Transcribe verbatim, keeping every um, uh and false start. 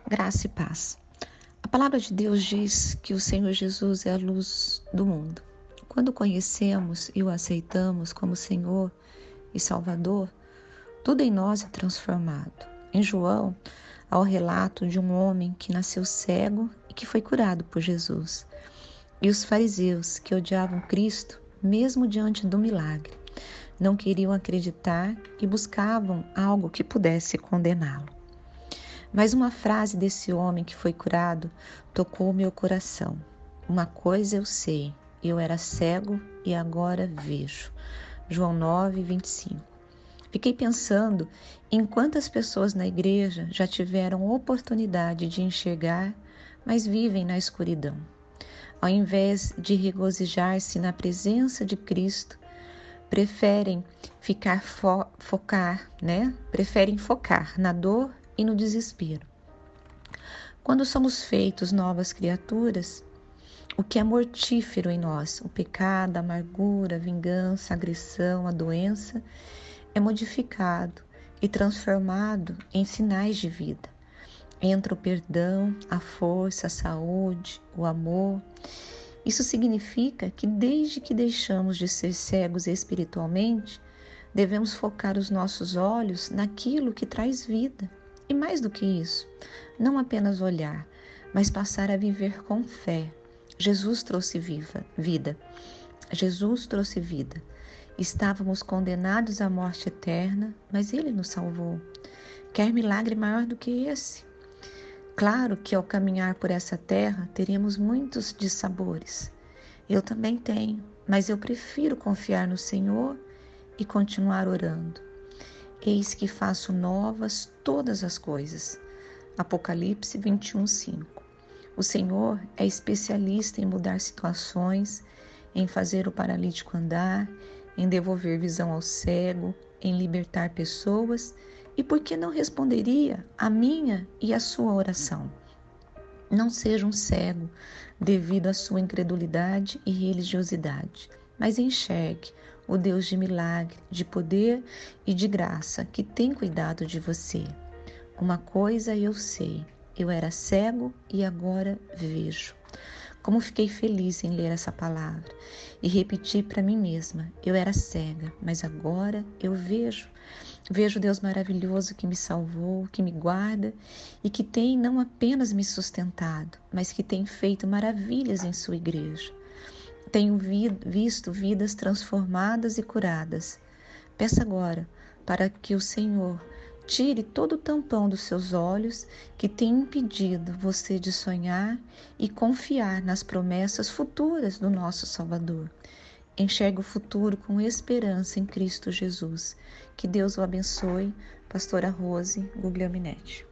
Graça e paz. A palavra de Deus diz que o Senhor Jesus é a luz do mundo. Quando o conhecemos e o aceitamos como Senhor e Salvador, tudo em nós é transformado. Em João, há o relato de um homem que nasceu cego e que foi curado por Jesus. E os fariseus, que odiavam Cristo, mesmo diante do milagre, não queriam acreditar e buscavam algo que pudesse condená-lo. Mas uma frase desse homem que foi curado tocou o meu coração. Uma coisa eu sei, eu era cego e agora vejo. João nove, vinte e cinco. Fiquei pensando em quantas pessoas na igreja já tiveram oportunidade de enxergar, mas vivem na escuridão. Ao invés de regozijar-se na presença de Cristo, preferem ficar fo- focar, né? Preferem focar na dor e no desespero. Quando somos feitos novas criaturas, o que é mortífero em nós, o pecado, a amargura, a vingança, a agressão, a doença, é modificado e transformado em sinais de vida. Entra o perdão, a força, a saúde, o amor. Isso significa que desde que deixamos de ser cegos espiritualmente, devemos focar os nossos olhos naquilo que traz vida. E mais do que isso, não apenas olhar, mas passar a viver com fé. Jesus trouxe viva, vida. Jesus trouxe vida. Estávamos condenados à morte eterna, mas Ele nos salvou. Quer milagre maior do que esse? Claro que ao caminhar por essa terra, teríamos muitos dissabores. Eu também tenho, mas eu prefiro confiar no Senhor e continuar orando. Eis que faço novas todas as coisas. Apocalipse vinte e um, cinco. O Senhor é especialista em mudar situações, em fazer o paralítico andar, em devolver visão ao cego, em libertar pessoas, e por que não responderia a minha e a sua oração? Não seja um cego devido à sua incredulidade e religiosidade, mas enxergue o Deus de milagre, de poder e de graça que tem cuidado de você. Uma coisa eu sei, eu era cego e agora vejo. Como fiquei feliz em ler essa palavra e repetir para mim mesma, eu era cega, mas agora eu vejo. Vejo Deus maravilhoso que me salvou, que me guarda e que tem não apenas me sustentado, mas que tem feito maravilhas em sua igreja. Tenho visto vidas transformadas e curadas. Peça agora para que o Senhor tire todo o tampão dos seus olhos que tem impedido você de sonhar e confiar nas promessas futuras do nosso Salvador. Enxergue o futuro com esperança em Cristo Jesus. Que Deus o abençoe. Pastora Rose Guglielminetti.